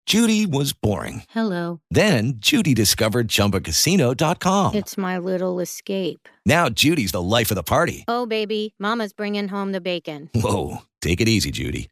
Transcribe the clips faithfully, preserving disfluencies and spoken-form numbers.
Judy was boring. Hello. Then Judy discovered Chumba Casino dot com. It's my little escape. Now Judy's the life of the party. Oh, baby, mama's bringing home the bacon. Whoa, take it easy, Judy.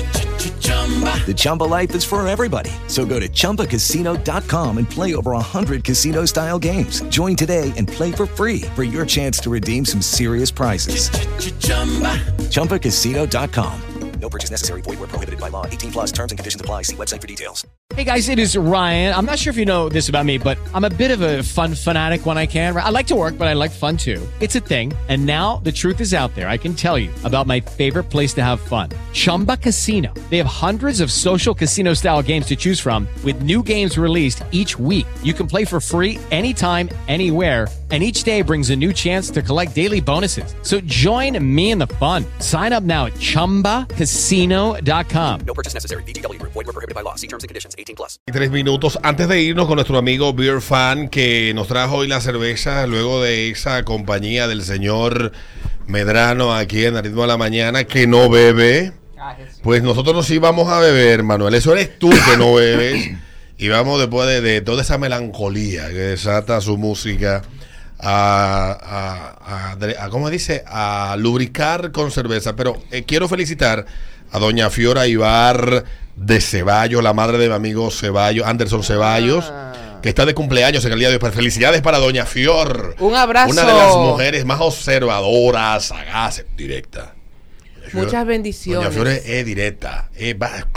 The Chumba life is for everybody. So go to Chumba Casino dot com and play over one hundred casino-style games. Join today and play for free for your chance to redeem some serious prizes. Chumba Casino dot com. No purchase necessary. Void where prohibited by law. eighteen plus terms and conditions apply. See website for details. Hey guys, it is Ryan. I'm not sure if you know this about me, but I'm a bit of a fun fanatic when I can. I like to work, but I like fun too. It's a thing. And now the truth is out there. I can tell you about my favorite place to have fun. Chumba Casino. They have hundreds of social casino style games to choose from with new games released each week. You can play for free anytime, anywhere. And each day brings a new chance to collect daily bonuses. So join me in the fun. Sign up now at Chumba Casino dot com. No purchase necessary. V G W. Void where prohibited by law. See terms and conditions. eighteen plus. Y tres minutos antes de irnos con nuestro amigo Beer Fan, que nos trajo hoy la cerveza luego de esa compañía del señor Medrano aquí en Ritmo de la Mañana, que no bebe. Pues nosotros nos íbamos a beber, Manuel. Eso eres tú que no bebes. Y vamos después de, de toda esa melancolía que desata su música a, a, a, a ¿cómo dice? A lubricar con cerveza. Pero eh, quiero felicitar a doña Fiora Ibar de Ceballos, la madre de mi amigo Ceballos, Anderson Ceballos, ah. que está de cumpleaños en el día de hoy. Pues felicidades para doña Fior. Un abrazo. Una de las mujeres más observadoras, sagaces, directa. Muchas Fior, bendiciones. Doña Fior es, es directa. Es,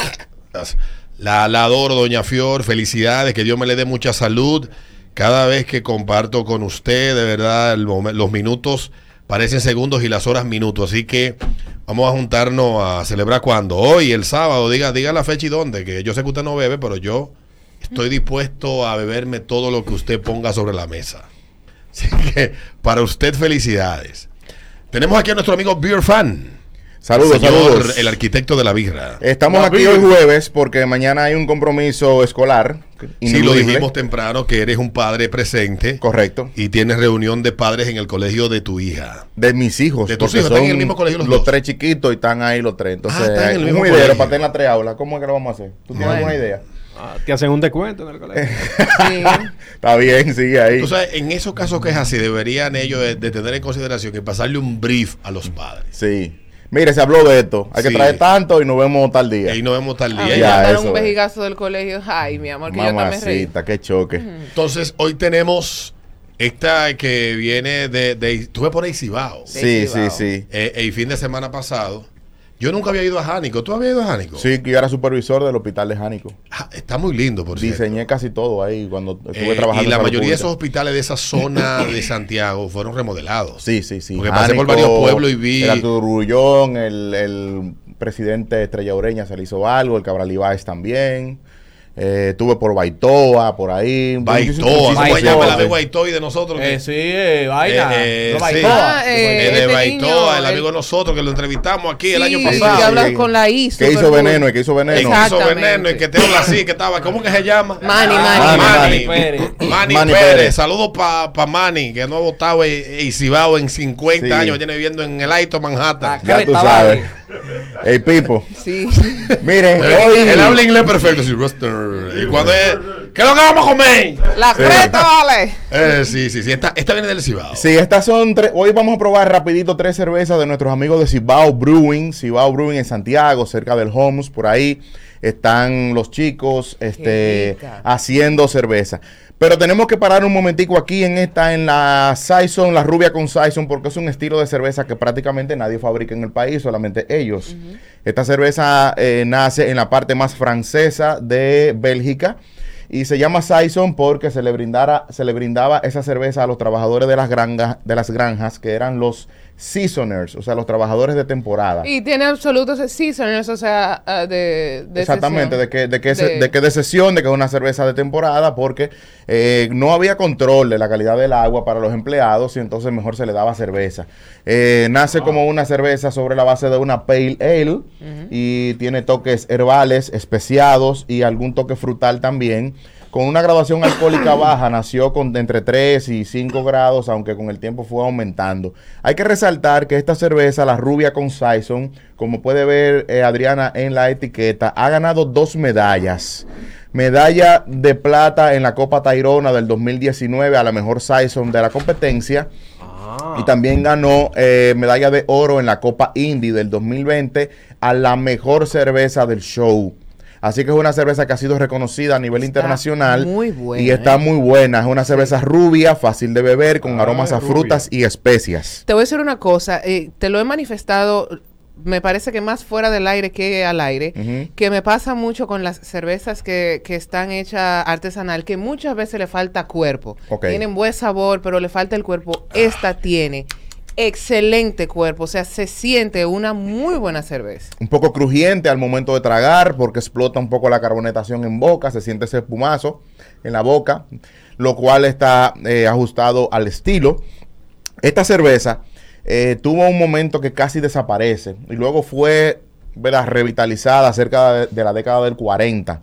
la, la adoro, doña Fior. Felicidades, que Dios me le dé mucha salud. Cada vez que comparto con usted, de verdad, el momen, los minutos parecen segundos y las horas minutos. Así que vamos a juntarnos a celebrar cuando. Hoy, el sábado, diga, diga la fecha y dónde. Que yo sé que usted no bebe, pero yo estoy dispuesto a beberme todo lo que usted ponga sobre la mesa. Así que para usted, felicidades. Tenemos aquí a nuestro amigo Beer Fan. Saludos, señor, saludos. El arquitecto de la birra. Estamos la aquí birra. hoy jueves porque mañana hay un compromiso escolar. Sí, lo dijimos temprano que eres un padre presente. Correcto. Y tienes reunión de padres en el colegio de tu hija. De mis hijos. De tus hijos, están en el mismo colegio los, los dos. tres chiquitos y están ahí los tres. Entonces, ah, están en el mismo un colegio. juidero para tener las tres aulas. ¿Cómo es que lo vamos a hacer? ¿Tú tienes bueno. alguna idea? Ah, te hacen un descuento en el colegio. Sí. Está bien, sigue ahí. Entonces, en esos casos que es así, deberían ellos de, de tener en consideración que pasarle un brief a los padres. Sí. Mire, se habló de esto. Hay sí. que traer tanto y nos vemos tal día. Y nos vemos tal día. A ya, ya un vejigazo del colegio. Ay, mi amor, que Mamacita, yo también reí. qué choque. Uh-huh. Entonces, hoy tenemos esta que viene de... de tú ves por ahí Cibao. Sí, sí, sí. Eh, el fin de semana pasado. Yo nunca había ido a Jánico. ¿Tú habías ido a Jánico? Sí, que yo era supervisor del hospital de Jánico. Ah, está muy lindo, por cierto. Diseñé casi todo ahí cuando estuve eh, trabajando. Y la en mayoría pública. de esos hospitales de esa zona de Santiago fueron remodelados. Sí, sí, sí. Porque Jánico, pasé por varios pueblos y vi... El Aturullón, el, el presidente Estrella Ureña se le hizo algo, el Cabral Ibáez también. Eh, estuve por Baitoa, por ahí. Baitoa, ¿cómo se llama la de Baitoa y de nosotros? Eh, sí, eh, vaina. Eh, eh, no, sí. Ah, eh, eh, de este Baitoa, niño, el amigo de nosotros que lo entrevistamos aquí sí, el año sí, pasado. que habla con la I. Que hizo veneno, y que hizo veneno. El que hizo veneno y que te habla así, que estaba, ¿cómo que se llama? Manny, ah, Manny. Manny, Manny Pérez. Manny, Manny Pérez. Pérez. Saludos para pa Manny, que no ha votado y Cibao en cincuenta Sí. años, viene viviendo en el Alto Manhattan. Ya tú sabes. Ey, Pipo. Sí. Miren, Él, hoy... él habla inglés perfecto, sí, Ruster. Y cuando es, ¿qué es lo que vamos a comer? La creta, vale. Eh, sí, sí, sí. Esta, esta viene del Cibao. Sí, estas son tres. Hoy vamos a probar rapidito tres cervezas de nuestros amigos de Cibao Brewing. Cibao Brewing en Santiago, cerca del Homs, por ahí están los chicos este, haciendo cerveza. Pero tenemos que parar un momentico aquí en esta, en la Saison, la rubia con Saison, porque es un estilo de cerveza que prácticamente nadie fabrica en el país, solamente ellos. Uh-huh. Esta cerveza eh, nace en la parte más francesa de Bélgica y se llama Saison porque se le brindara, se le brindaba esa cerveza a los trabajadores de las granjas, de las granjas, que eran los seasoners, o sea, los trabajadores de temporada. Y tiene absolutos seasoners, o sea, uh, de, de Exactamente, sesión. de que de que, de... Se, de que de sesión, de que es una cerveza de temporada, porque eh, no había control de la calidad del agua para los empleados y entonces mejor se le daba cerveza. Eh, nace wow. como una cerveza sobre la base de una Pale Ale uh-huh. y tiene toques herbales, especiados y algún toque frutal también. Con una graduación alcohólica baja, nació con entre tres y cinco grados, aunque con el tiempo fue aumentando. Hay que resaltar que esta cerveza, la rubia con Saison, como puede ver eh, Adriana en la etiqueta, ha ganado dos medallas. Medalla de plata en la Copa Tayrona del dos mil diecinueve a la mejor Saison de la competencia. Ah. Y también ganó eh, medalla de oro en la Copa Indy del dos mil veinte a la mejor cerveza del show. Así que es una cerveza que ha sido reconocida a nivel está internacional. Muy buena. Y está eh. muy buena. Es una cerveza sí. rubia, fácil de beber, con ah, aromas a rubia. frutas y especias. Te voy a decir una cosa. Eh, te lo he manifestado, me parece que más fuera del aire que al aire, uh-huh. que me pasa mucho con las cervezas que, que están hechas artesanal, que muchas veces le falta cuerpo. Okay. Tienen buen sabor, pero le falta el cuerpo. Esta tiene excelente cuerpo, o sea, se siente una muy buena cerveza. Un poco crujiente al momento de tragar porque explota un poco la carbonatación en boca, se siente ese espumazo en la boca, lo cual está eh, ajustado al estilo. Esta cerveza eh, tuvo un momento que casi desaparece y luego fue, ¿verdad?, revitalizada cerca de, de la década del cuarenta,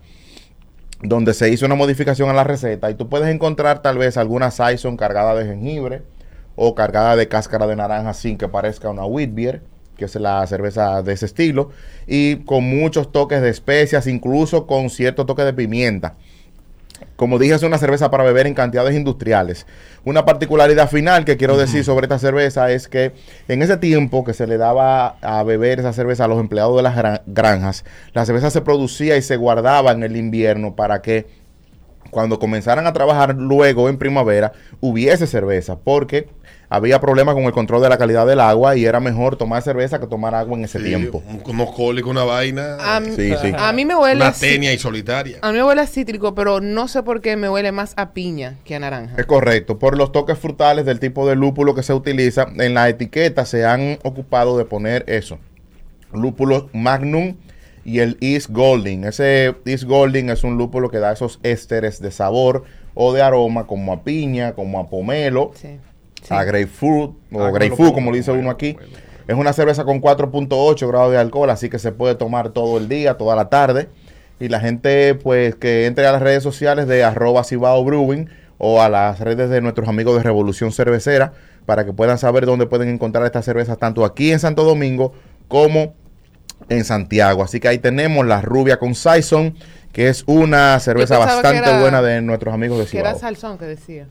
donde se hizo una modificación a la receta y tú puedes encontrar tal vez alguna Saison cargada de jengibre o cargada de cáscara de naranja sin que parezca una wheat beer, que es la cerveza de ese estilo, y con muchos toques de especias, incluso con cierto toque de pimienta. Como dije, es una cerveza para beber en cantidades industriales. Una particularidad final que quiero uh-huh. decir sobre esta cerveza es que en ese tiempo que se le daba a beber esa cerveza a los empleados de las gran- granjas, la cerveza se producía y se guardaba en el invierno para que cuando comenzaran a trabajar luego en primavera hubiese cerveza, porque había problemas con el control de la calidad del agua y era mejor tomar cerveza que tomar agua en ese sí, tiempo. Unos cólicos, una vaina. A, sí, sí. a mí me huele una tenia y solitaria. A mí me huele a cítrico, pero no sé por qué me huele más a piña que a naranja. Es correcto, por los toques frutales del tipo de lúpulo que se utiliza. En la etiqueta se han ocupado de poner eso, lúpulo Magnum y el East Golding. Ese East Golding es un lúpulo que da esos ésteres de sabor o de aroma como a piña, como a pomelo, sí, sí. a grapefruit o ah, grapefruit como le dice uno aquí. Bueno. Es una cerveza con cuatro punto ocho grados de alcohol, así que se puede tomar todo el día, toda la tarde. Y la gente pues que entre a las redes sociales de arroba Cibao Brewing o a las redes de nuestros amigos de Revolución Cervecera para que puedan saber dónde pueden encontrar estas cervezas tanto aquí en Santo Domingo como en Santiago. Así que ahí tenemos la rubia con Saison, que es una cerveza bastante era, buena de nuestros amigos de Cibao. Que era Salsón que decía.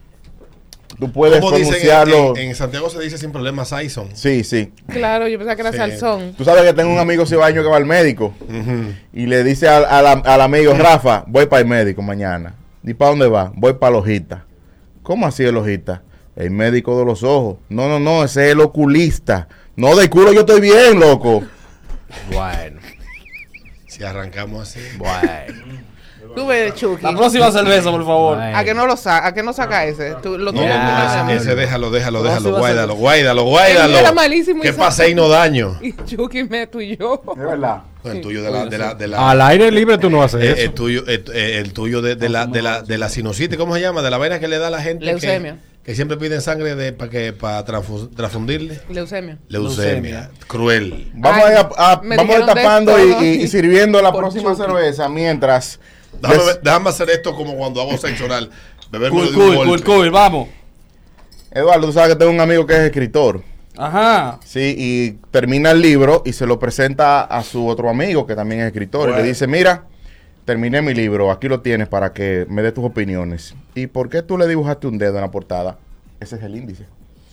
Tú puedes pronunciarlo. En, en Santiago se dice sin problema Saison. Sí, sí. Claro, yo pensaba que era sí. Salsón. Tú sabes que tengo un amigo cibaeño que va al médico uh-huh. y le dice al, al, al amigo, Rafa, voy para el médico mañana. ¿Y para dónde va? Voy para el ojita. ¿Cómo así el ojita? El médico de los ojos. No, no, no, ese es el oculista. No, de culo yo estoy bien, loco. Bueno, si arrancamos así. Bueno. Tú ves, Chucky. La próxima cerveza, por favor. Bueno. ¿A que no lo saca? ¿A que no saca ese? Tú, lo no, no, no, ese déjalo, déjalo, déjalo. Guáidalo, guáidalo, guáidalo. Era malísimo. Que pase y no daño. Y Chucky me tuyo. Es verdad. No, el tuyo de la, de la, de la. Al aire libre tú no haces eh, eso. El tuyo, el, el tuyo de, de la, de la, de la sinusitis, ¿cómo se llama? De la vaina que le da a la gente. Leucemia. Que, que siempre piden sangre de para que para transfundirle. Leucemia. Leucemia. Cruel. Vamos Ay, a, a vamos a ir tapando y, y, y sirviendo la próxima Chucky. cerveza mientras. Déjame, déjame hacer esto como cuando hago sexo oral. Beber cool, cool, cool, cool, vamos. Eduardo, tú sabes que tengo un amigo que es escritor. Ajá. Sí, y termina el libro y se lo presenta a su otro amigo que también es escritor. Bueno. Y le dice, mira, terminé mi libro, aquí lo tienes para que me des tus opiniones. ¿Y por qué tú le dibujaste un dedo en la portada? Ese es el índice.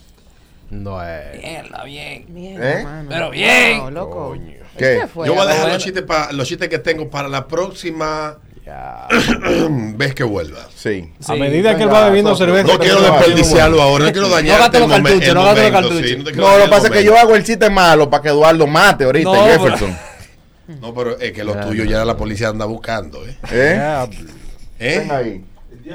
No es. Mierda, bien. Mierda, ¿Eh? Pero bien. No, loco. Coño. ¿Qué? Yo voy a dejar los chistes, pa, los chistes que tengo para la próxima ya. vez que vuelva. Sí. sí. A medida que él va bebiendo cerveza. No quiero desperdiciarlo ahora, no quiero dañarte no el, momen, el no momento. Sí, no, no lo que pasa es que yo hago el chiste malo para que Eduardo mate ahorita no, Jefferson. Pero... No, pero es que los ya, tuyos ya. ya la policía anda buscando, ¿eh? ¿Eh? ¿Eh? Ahí.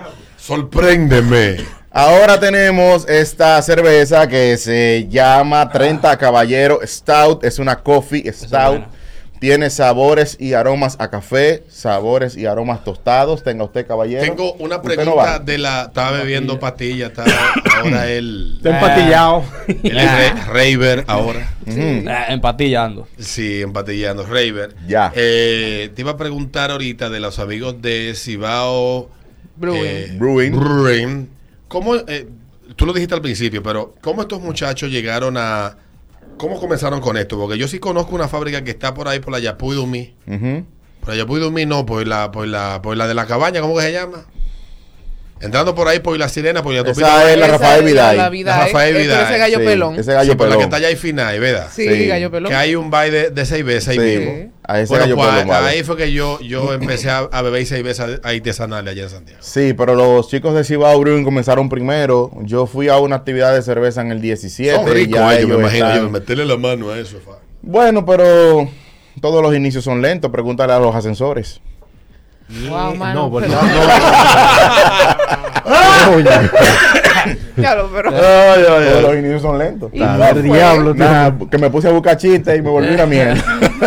Sorpréndeme. Ahora tenemos esta cerveza que se llama treinta Caballero Stout. Es una coffee stout. Tiene sabores y aromas a café, sabores y aromas tostados. Tenga usted, caballero. Tengo una pregunta no de la... Estaba bebiendo pastillas, está ahora él... Está empatillado. Él es Raver ahora. Sí. Uh-huh. Eh, empatillando. Sí, empatillando. Raver. Ya. Eh, te iba a preguntar ahorita de los amigos de Cibao... Brewing. Eh, Brewing. Brewing. ¿Cómo... Eh, tú lo dijiste al principio, pero ¿cómo estos muchachos llegaron a... ¿Cómo comenzaron con esto? Porque yo sí conozco una fábrica que está por ahí por la Yapudumi, uh-huh. Por allá Puy Dumí, no, por la, por la, por la de la cabaña, ¿cómo que se llama? Entrando por ahí, por la Sirena, por la Esa es la Rafael Viday. La, Viday. La Rafael Eh, pero Viday. ese gallo Sí, pelón. ese gallo Sí, por la pelón. que está allá y final, ¿verdad? Sí, Sí. gallo pelón. Que hay un baile de, de seis veces ahí Sí. mismo. A ese Bueno, gallo pues, pelón, vale. ahí fue que yo, yo empecé a, a beber seis veces artesanales allá en Santiago. Sí, pero los chicos de Cibao Brewing comenzaron primero. Yo fui a una actividad de cerveza en el diecisiete. Son y ricos ya ellos, me imagino. están- Yo, meterle la mano a eso, fa. Bueno, pero todos los inicios son lentos. Pregúntale a los ascensores. Wow, mano. No, pues pero- no, Claro, pero. Todos los inicios son lentos. ¿Y A cuál ver, fue? diablo, tío. Nada, que me puse a buscar chistes y me volví una mierda.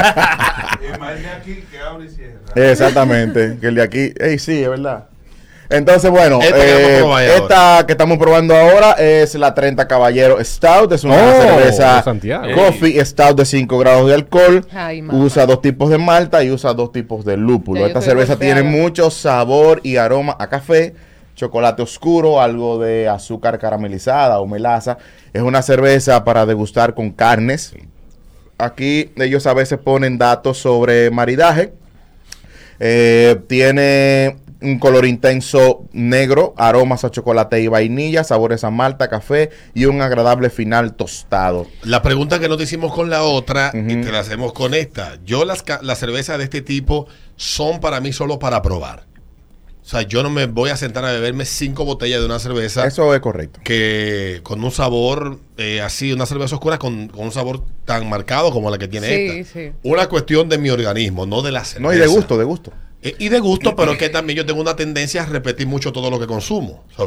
Exactamente, que el de aquí, ey, sí, es verdad. Entonces, bueno, Esta que vamos a eh, probar esta ahora. que estamos probando ahora es la treinta Caballero Stout. Es una Oh, cerveza de Santiago. Coffee Stout de cinco grados de alcohol. Ay, mamá. Usa dos tipos de malta y usa dos tipos de lúpulo. Ya yo Esta estoy cerveza golpeada. tiene mucho sabor y aroma a café, chocolate oscuro, algo de azúcar caramelizada o melaza. Es una cerveza para degustar con carnes. Aquí ellos a veces ponen datos sobre maridaje. Eh, tiene un color intenso negro, aromas a chocolate y vainilla, sabores a malta, café y un agradable final tostado. La pregunta que no te hicimos con la otra y Ujú. te la hacemos con esta. Yo las, ca- las cervezas de este tipo son para mí solo para probar. O sea, yo no me voy a sentar a beberme cinco botellas de una cerveza Eso es correcto. que con un sabor eh, así, una cerveza oscura con, con un sabor tan marcado como la que tiene Sí, esta. sí. Una cuestión de mi organismo, no de la cerveza. No, y de gusto, de gusto. Eh, y de gusto, pero que también yo tengo una tendencia a repetir mucho todo lo que consumo. O sea,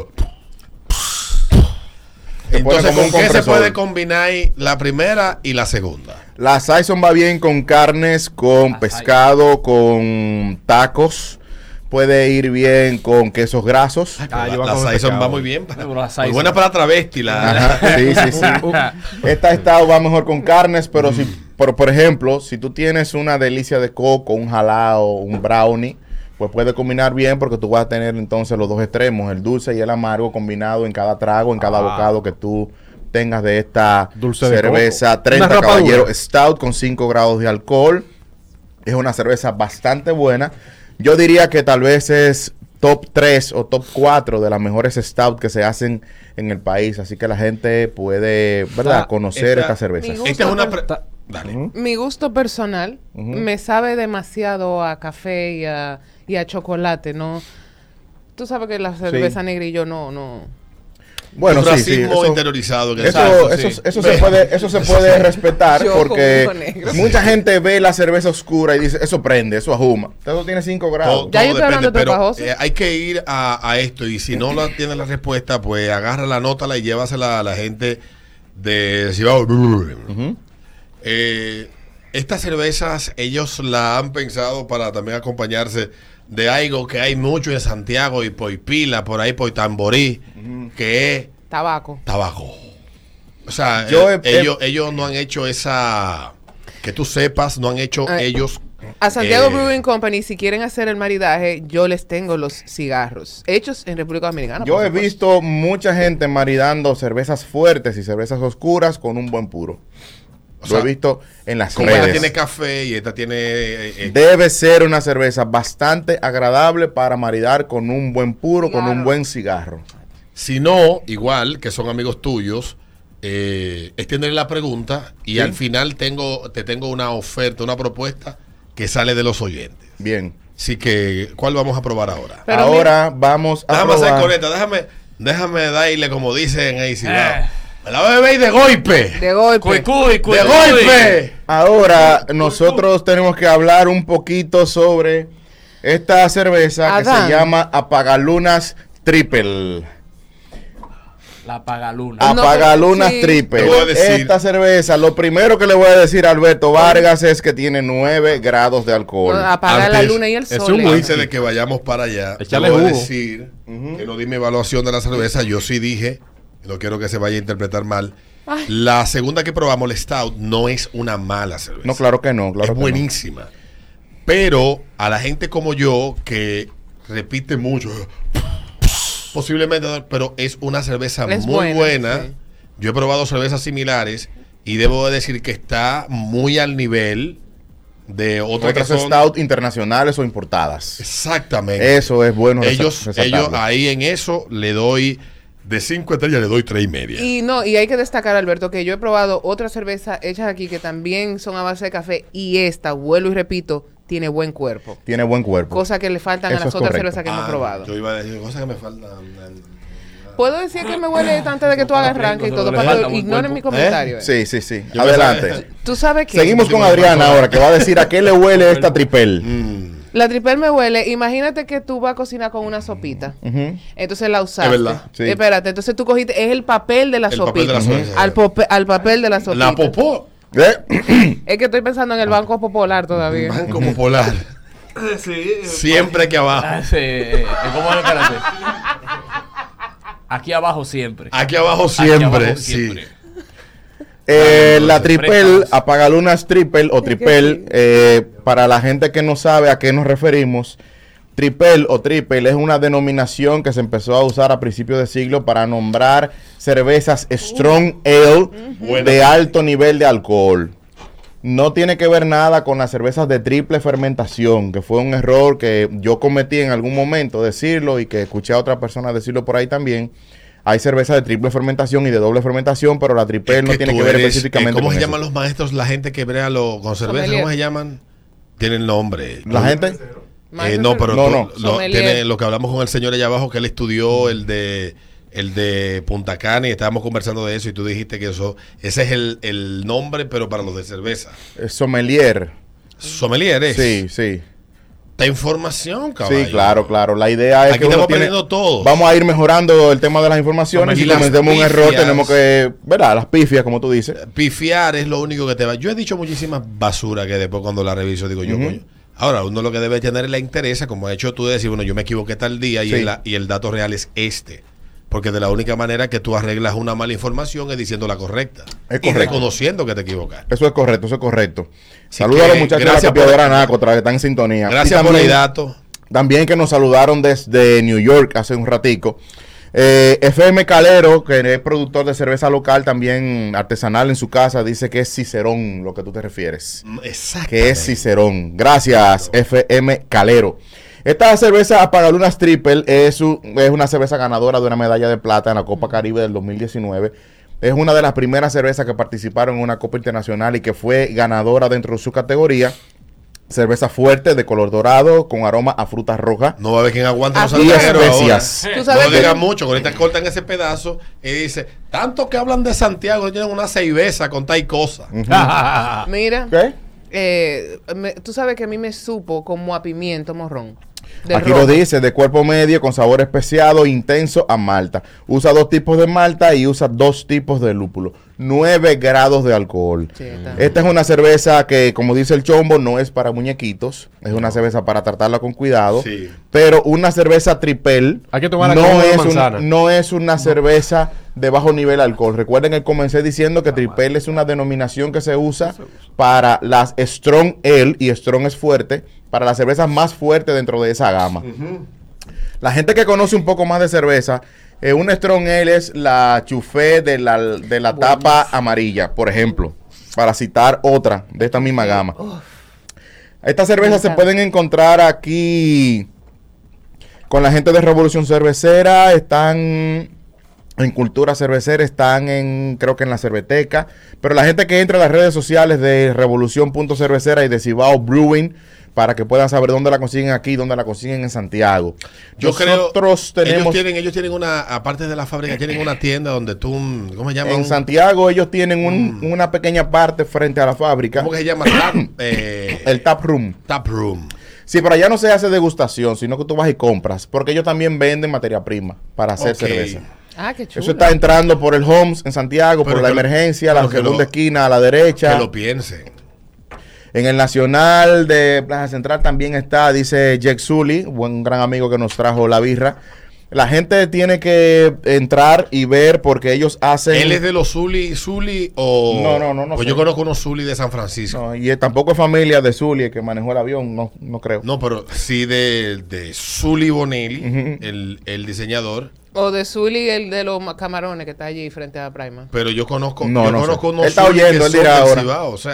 Se pone entonces, como ¿con un qué se compresor. puede combinar la primera y la segunda? La Saison va bien con carnes, con pescado, con tacos. Puede ir bien con quesos grasos. Ah, la yo voy a la comer Saison pescado. va muy bien. Para, Pero la muy Saison. buena para travesti. La, Ajá, sí, sí, sí. Esta Stout va mejor con carnes, pero si, por, por ejemplo, si tú tienes una delicia de coco, un jalao, un brownie, pues puede combinar bien porque tú vas a tener entonces los dos extremos, el dulce y el amargo combinado en cada trago, en cada Ah. bocado que tú tengas de esta Dulce de cerveza coco. treinta Una rapadura. Caballero Stout con cinco grados de alcohol. Es una cerveza bastante buena. Yo diría que tal vez es top tres o top cuatro de las mejores stout que se hacen en el país. Así que la gente puede, ¿verdad?, Esta- conocer esta- estas cervezas. Mi gusto Esta es una... pre- Está- Dale. Ujú. Mi gusto personal Ujú. me sabe demasiado a café y a, y a chocolate, ¿no? Tú sabes que la cerveza negra y yo no, no. Bueno, Un sí, sí. racismo Eso, interiorizado. Que eso, Exacto, eso, sí. eso se puede, eso se puede respetar Yo porque como negro. mucha gente ve la cerveza oscura y dice, eso prende, eso ajuma. Eso tiene cinco grados. Todo, Ya todo yo estoy hablando de pero pegajoso. eh, hay que ir a, a esto y si no la tiene la respuesta, pues agarra la nota y llévasela a la gente de Cibao. Ujú. Eh, estas cervezas ellos la han pensado para también acompañarse de algo que hay mucho en Santiago y por Pila, por ahí por Tamborí, que es Tabaco. tabaco. O sea, Yo eh, he- ellos, ellos no han hecho esa, que tú sepas, no han hecho Eh, ellos. A Santiago eh, Brewing Company, si quieren hacer el maridaje, yo les tengo los cigarros hechos en República Dominicana. Yo por he supuesto. visto mucha gente maridando cervezas fuertes y cervezas oscuras con un buen puro. O Lo sea, he visto en las Como esta redes. tiene café y esta tiene... eh, eh, Debe ser una cerveza bastante agradable para maridar con un buen puro, con un Claro. buen cigarro. si no, igual, que son amigos tuyos, eh, extienden la pregunta y Sí. al final tengo te tengo una oferta, una propuesta que sale de los oyentes. Bien. Así que, ¿cuál vamos a probar ahora? Pero Ahora vamos a Déjame hacer probar. con esta, déjame, déjame darle, como dicen ahí, si Eh. me la bebé de golpe. De golpe. Cuy, cuy, cuy, ¡De cuy. golpe! Ahora nosotros tenemos que hablar un poquito sobre esta cerveza que Adán. se llama Apagalunas Triple. La pagaluna. Ah, No, Apagalunas pero sí. Triple. Te voy a decir- Esta cerveza, lo primero que le voy a decir a Alberto Vargas es que tiene nueve grados de alcohol. No, apagar la Antes- luna y el es sol. un eh. whisky. Antes de que vayamos para allá, Échale yo voy a jugo. decir que no di mi evaluación de la cerveza. Yo sí dije, no quiero que se vaya a interpretar mal. Ay. La segunda que probamos, la Stout, no es una mala cerveza. No, claro que no, claro es que no. buenísima. Pero a la gente como yo, que repite mucho, posiblemente, pero es una cerveza Es muy buena, buena. sí. Yo he probado cervezas similares y debo de decir que está muy al nivel de otras, otras que son stout internacionales o importadas. Exactamente. Eso es bueno. Ellos, resaltarlo. ellos ahí en eso le doy de cinco estrellas, le doy tres y media. Y no, y hay que destacar, Alberto, que yo he probado otras cervezas hechas aquí que también son a base de café y esta, vuelvo y repito, tiene buen cuerpo. Tiene buen cuerpo. Cosa que le faltan Eso a las es otras correcto. cervezas que Ah, hemos probado. Yo iba a decir cosas que me faltan. Puedo decir que me huele antes de que tú hagas arranque y todo, Le para falta que buen ignoren cuerpo. mi comentario. eh. Sí, sí, sí. Yo Adelante. pensaba- Tú sabes que Seguimos con Adriana ahora, que va a decir a qué le huele esta tripel. Mm. la tripel me huele. Imagínate que tú vas a cocinar con una sopita. Ujú. Entonces la usaste. Es verdad. Sí. Espérate, entonces tú cogiste, es el papel de la El sopita. papel de la sopita. Al, pope- al papel de la sopita. La popó. ¿Eh? Es que estoy pensando en el Banco Popular todavía. Banco Popular. Siempre aquí abajo. Ah, sí, eh, eh, ¿cómo es el carácter? Aquí abajo siempre. Aquí abajo Aquí siempre. abajo Sí. siempre. Eh, la Entonces, tripel, préstamos. apagalunas triple o tripel, eh, para la gente que no sabe a qué nos referimos, tripel o triple es una denominación que se empezó a usar a principios de siglo para nombrar cervezas strong ale Buena. de alto nivel de alcohol. No tiene que ver nada con las cervezas de triple fermentación, que fue un error que yo cometí en algún momento decirlo y que escuché a otra persona decirlo por ahí también. Hay cervezas de triple fermentación y de doble fermentación, pero la triple Es no tiene tú que ver eres, específicamente eh, ¿Cómo con se eso. llaman los maestros, la gente que brea lo, con cerveza? Sommelier. ¿Cómo se llaman? Tienen nombre. La gente... Eh, Maestro no, pero No, tú- no. lo, Sommelier. tiene, lo que hablamos con el señor allá abajo, que él estudió el de el de Punta Cana y estábamos conversando de eso y tú dijiste que eso ese es el, el nombre, pero para los de cerveza. eh, Sommelier. Sommelier es. Sí, sí. Esta información, caballo. Sí, claro, claro. La idea es Aquí que uno estamos tiene- aprendiendo todos. Vamos a ir mejorando el tema de las informaciones. Y Si las cometemos un error, pifias. tenemos que... ¿Verdad? Las pifias, como tú dices. Pifiar es lo único que te va. Yo he dicho muchísimas basura que después cuando la reviso digo yo, Ujú. coño. Ahora, uno lo que debe tener es la interés, como has hecho tú, de decir, bueno, yo me equivoqué tal día y, Sí. el, y el dato real es este. Porque de la única manera que tú arreglas una mala información es diciendo la correcta. Es y correcto. reconociendo que te equivocaste. Eso es correcto, eso es correcto. Así Saludos a que los muchachos de la gracias por- copiadora Naco, otra vez están en sintonía. Gracias Y por también- el dato. También que nos saludaron desde New York hace un ratico. Eh, F M Calero, que es productor de cerveza local, también artesanal en su casa, dice que es Cicerón lo que tú te refieres. Exacto. Que es Cicerón. Gracias, F M Calero. Esta cerveza Apagalunas Triple es, un- es una cerveza ganadora de una medalla de plata en la Copa Caribe del dos mil diecinueve. Es una de las primeras cervezas que participaron en una Copa Internacional y que fue ganadora dentro de su categoría. Cerveza fuerte, de color dorado, con aroma a frutas rojas. No va a haber quien aguante los Y santiagueros especias. ahora. Tú sabes No que- digan mucho, que ahorita cortan ese pedazo y dice, tanto que hablan de Santiago, tienen una cerveza con tal cosa. Mira, ¿Qué? eh, me- tú sabes que a mí me supo como a pimiento morrón. del Aquí rojo. lo dice, de cuerpo medio, con sabor especiado, intenso a malta. Usa dos tipos de malta y usa dos tipos de lúpulo. nueve grados de alcohol. Sí, está. Esta es una cerveza que, como dice el Chombo, no es para muñequitos. Es una cerveza para tratarla con cuidado. Sí. Pero una cerveza tripel Hay que tomarla no, como una es un- manzana. no es una cerveza de bajo nivel de alcohol. Recuerden que comencé diciendo que tripel es una denominación que se usa para las Strong Ale, y Strong es fuerte, para las cervezas más fuertes dentro de esa gama. La gente que conoce un poco más de cerveza, eh, un Strong Ale es la chufé de la, de la tapa amarilla, por ejemplo, para citar otra de esta misma gama. Estas cervezas se pueden encontrar aquí con la gente de Revolución Cervecera, están en Cultura Cervecera, están en, creo que en la Cerveteca, pero la gente que entra a las redes sociales de Revolución punto Cervecera y de Cibao Brewing, para que puedan saber dónde la consiguen aquí y dónde la consiguen en Santiago. Yo Nosotros creo, tenemos... ellos tienen, ellos tienen una, aparte de la fábrica, tienen una tienda donde tú, ¿cómo se llama? En Un- Santiago ellos tienen un- una pequeña parte frente a la fábrica, ¿Cómo que se llama? Tap, eh, el tap room. Tap Room. Sí, pero allá no se hace degustación, sino que tú vas y compras, porque ellos también venden materia prima para hacer Ok. cerveza. Ah, qué chulo. Eso está entrando por el Homes en Santiago, Pero por la que lo- emergencia, la pero que segunda lo- esquina a la derecha. Que lo piensen. En el Nacional de Plaza Central también está, dice Jack Sully, buen gran amigo que nos trajo la birra. La gente tiene que entrar y ver porque ellos hacen... ¿Él es de los Zuli, Zuli o...? No, no, no, no Pues sé. yo conozco unos Zuli de San Francisco. No, y eh, tampoco es familia de Sully, el que manejó el avión, no, no creo. No, pero sí de, de Zuli Bonelli, Ujú. el, el diseñador. O de Zully, el de los ma- camarones que está allí frente a Prima. Pero yo conozco, No, yo no conozco sé. unos Él está Zuli oyendo, que él son dirá del ahora. Cibao, o sea,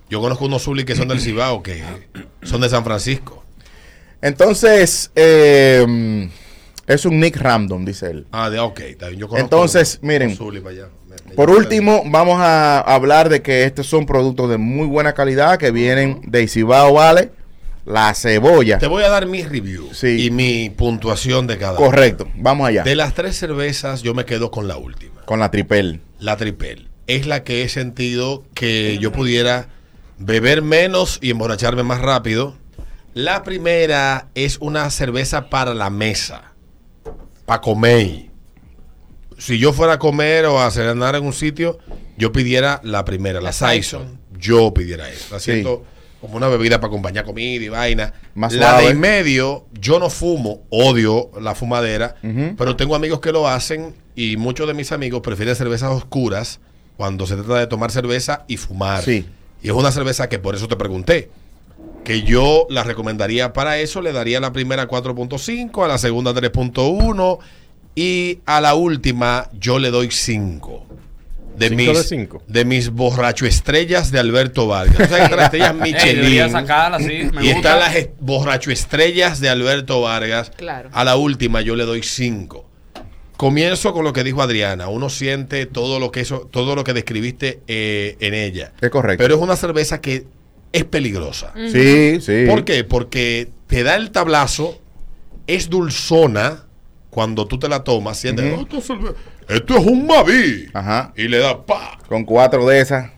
Yo conozco unos Zulis que son del Cibao, que son de San Francisco. Entonces, eh, es un nick random, dice él. Ah, de ok. Yo conozco Entonces, un, miren, un Zulis para allá. Me, me por último, vamos a hablar de que estos son productos de muy buena calidad que vienen de Cibao, ¿vale? La cebolla. Te voy a dar mi review Sí. y mi puntuación de cada Correcto, vamos allá. De las tres cervezas, yo me quedo con la última. Con la tripel. La Tripel. Es la que he sentido que yo pudiera beber menos y emborracharme más rápido. La primera es una cerveza para la mesa, para comer. Si yo fuera a comer o a cenar en un sitio, yo pidiera la primera, la, la Saison. Yo pidiera eso. La siento sí. como una bebida para acompañar comida y vaina. Más la suave. de en medio, yo no fumo, odio la fumadera, uh-huh. pero tengo amigos que lo hacen y muchos de mis amigos prefieren cervezas oscuras cuando se trata de tomar cerveza y fumar. Sí. Y es una cerveza que por eso te pregunté, que yo la recomendaría para eso, le daría la primera cuatro punto cinco, a la segunda tres punto uno y a la última yo le doy cinco. De mis, de, cinco. de mis borracho estrellas de Alberto Vargas. O sea, están las estrellas Michelin. Hey, sacarla, sí, me y gusta. están las est- borracho estrellas de Alberto Vargas. Claro. A la última yo le doy cinco. Comienzo con lo que dijo Adriana. Uno siente todo lo que eso, todo lo que describiste eh, en ella. Es correcto. Pero es una cerveza que es peligrosa. Mm. Sí, sí. ¿Por qué? Porque te da el tablazo, es dulzona cuando tú te la tomas, sientes, Uh-huh. "Oh, esto, es cerve- esto es un Maví". Ajá. Y le da pa. Con cuatro de esas.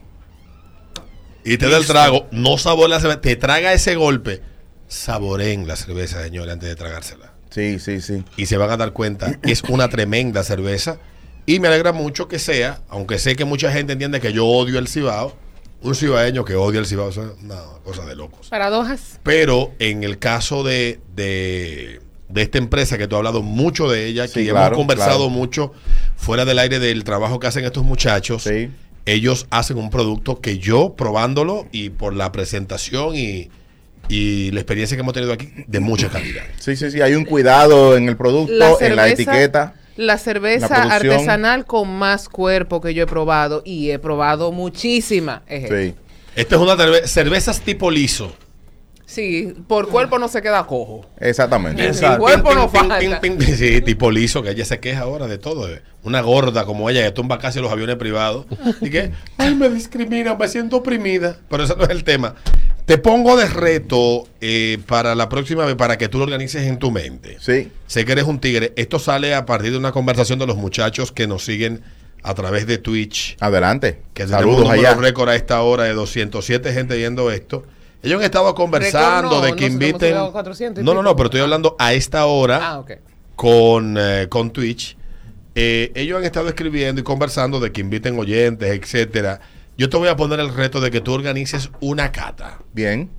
Y te da el trago, no saborea la cerveza, te traga ese golpe. Saboreen la cerveza, señores, antes de tragársela. Sí, sí, sí. Y se van a dar cuenta, es una tremenda cerveza. Y me alegra mucho que sea, aunque sé que mucha gente entiende que yo odio el Cibao, un cibaeño que odia el Cibao, eso es una cosa de locos. Paradojas. Pero en el caso de, de, de esta empresa que tú has hablado mucho de ella, Sí, que claro, hemos conversado claro. mucho fuera del aire del trabajo que hacen estos muchachos, Sí. ellos hacen un producto que yo probándolo y por la presentación y, y la experiencia que hemos tenido aquí, de mucha calidad. Sí, sí, sí. Hay un cuidado en el producto, La en la cerveza- etiqueta. La cerveza La producción. artesanal con más cuerpo que yo he probado, y he probado muchísima. Es esta. Sí. Esta es una cerve- cervezas tipo liso. Sí, por cuerpo no se queda cojo. Exactamente. El Exacto. cuerpo no Ping, ping, falta. ping, ping. Sí, tipo liso, que ella se queja ahora de todo. eh. Una gorda como ella que tumba casi los aviones privados. Y que, ay, me discriminan, me siento oprimida. Pero ese no es el tema. Te pongo de reto eh, para la próxima vez, para que tú lo organices en tu mente. Sí. Sé que eres un tigre. Esto sale a partir de una conversación de los muchachos que nos siguen a través de Twitch. Adelante. Que tenemos Saludos un número allá. récord a esta hora de doscientos siete gente viendo esto. Ellos han estado conversando Récord no, de que nosotros hemos inviten. llegado a cuatrocientos y No, no, pico. no, pero estoy hablando a esta hora Ah, ok. con, eh, con Twitch. Eh, ellos han estado escribiendo y conversando de que inviten oyentes, etcétera. Yo te voy a poner el reto de que tú organices una cata Bien.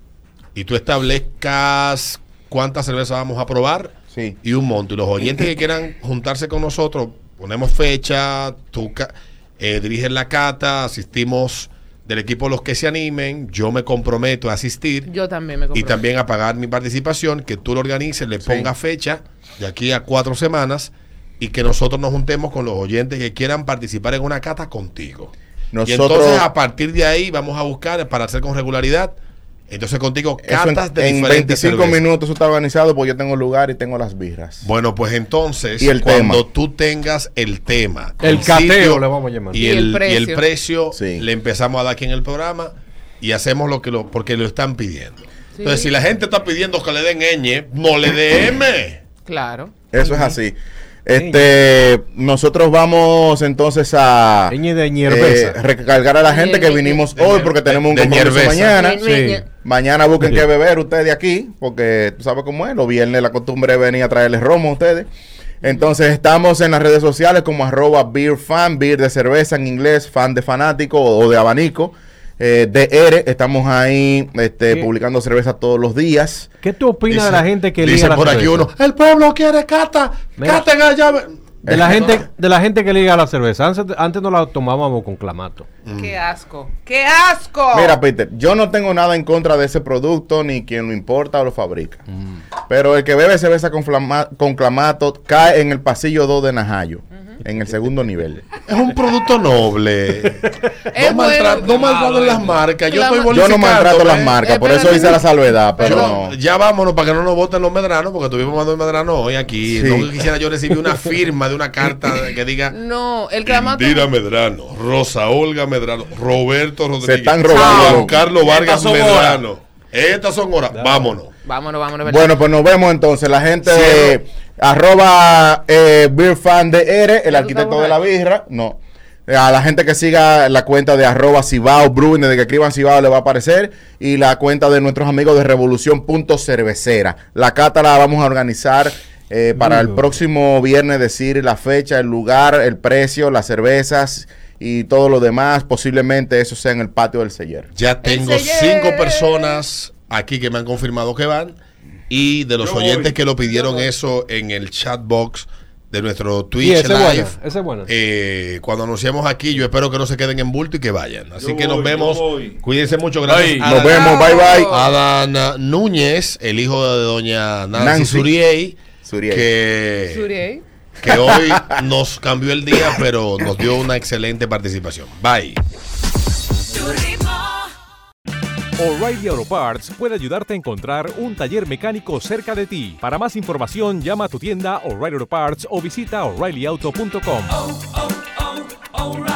y tú establezcas cuántas cervezas vamos a probar Sí. y un monto. Y los oyentes que quieran juntarse con nosotros, ponemos fecha, tú ca- eh, diriges la cata, asistimos del equipo los que se animen, yo me comprometo a asistir Yo también me y comprometo. también a pagar mi participación, que tú lo organices, le Sí. pongas fecha de aquí a cuatro semanas y que nosotros nos juntemos con los oyentes que quieran participar en una cata contigo. Y Nosotros, entonces a partir de ahí vamos a buscar para hacer con regularidad. Entonces contigo eso en, catas de en diferentes veinticinco cervezas. minutos eso está organizado porque yo tengo el lugar y tengo las birras. Bueno, pues entonces, Y el cuando tema. tú tengas el tema, El sitio cateo le vamos a llamar. y, Y el, el y el precio. precio, Sí. le empezamos a dar aquí en el programa y hacemos lo que lo porque lo están pidiendo. Entonces, si la gente está pidiendo que le den ñ, no le dé M. Claro. Eso es así. Este, nosotros vamos entonces a Ñ de eh, ñerbeza. recargar a la gente que Ñe- vinimos de- hoy porque de- tenemos un de compromiso ñerbeza. mañana. Sí. Mañana busquen Sí. qué beber ustedes de aquí, porque tú sabes cómo es, los viernes la costumbre es venir a traerles romo a ustedes. Entonces estamos en las redes sociales como arroba beer fan, beer de cerveza en inglés, fan de fanático o de abanico. Eh, D R, estamos ahí este, Sí. publicando cerveza todos los días. ¿Qué tú opinas de la gente que dice liga la por aquí cerveza? uno, el pueblo quiere cata, Mira. cata en allá. De la gente, de la gente que liga la cerveza. Antes, antes no la tomábamos con clamato. Qué asco. ¡Qué asco! Mira, Peter, yo no tengo nada en contra de ese producto ni quien lo importa o lo fabrica. Pero el que bebe cerveza con, flama- con clamato cae en el pasillo dos de Najayo. en el segundo nivel. Es un producto noble. Es No maltra- bueno. no maltraten las marcas. Yo Claro. estoy Yo no bonificando, maltrato las ¿eh? marcas, por Espérate. eso hice la salvedad, pero Pero no. ya vámonos para que no nos voten los medranos, porque tuvimos más de un medrano hoy aquí. Sí. No quisiera yo recibir una firma de una carta que diga No, el clamato. Indira Medrano, Rosa Olga Medrano, Roberto Rodríguez, Se están robando. Juan Carlos Vargas son Medrano. Estas son horas. Vámonos. Vámonos, vámonos. ¿verdad? Bueno, pues nos vemos entonces. La gente Cierro. de arroba eh, Beer Fan de R, el ¿Ya tú arquitecto estás de la birra. No. A la gente que siga la cuenta de arroba Cibao Brewing, desde que escriban Cibao le va a aparecer. Y la cuenta de nuestros amigos de Revolución Punto Cervecera. La cata la vamos a organizar eh, para el próximo viernes, decir la fecha, el lugar, el precio, las cervezas y todo lo demás. Posiblemente eso sea en el patio del Celler. Ya tengo Celler. cinco personas aquí que me han confirmado que van. Y de los Yo oyentes voy. que lo pidieron eso en el chat box de nuestro Twitch Y ese es Live. bueno, ese es bueno. Eh, cuando anunciamos aquí, yo espero que no se queden en bulto y que vayan. Así Yo que nos voy, vemos. yo voy. Cuídense mucho. Gracias. Bye. a Nos Dan- vemos, bye bye. Adán Núñez, el hijo de doña Nancy, Nancy. Suriey, Suriey. que, Suriey. que hoy nos cambió el día, pero nos dio una excelente participación. Bye. O'Reilly Auto Parts puede ayudarte a encontrar un taller mecánico cerca de ti. Para más información, llama a tu tienda O'Reilly Auto Parts o visita O'Reilly Auto punto com.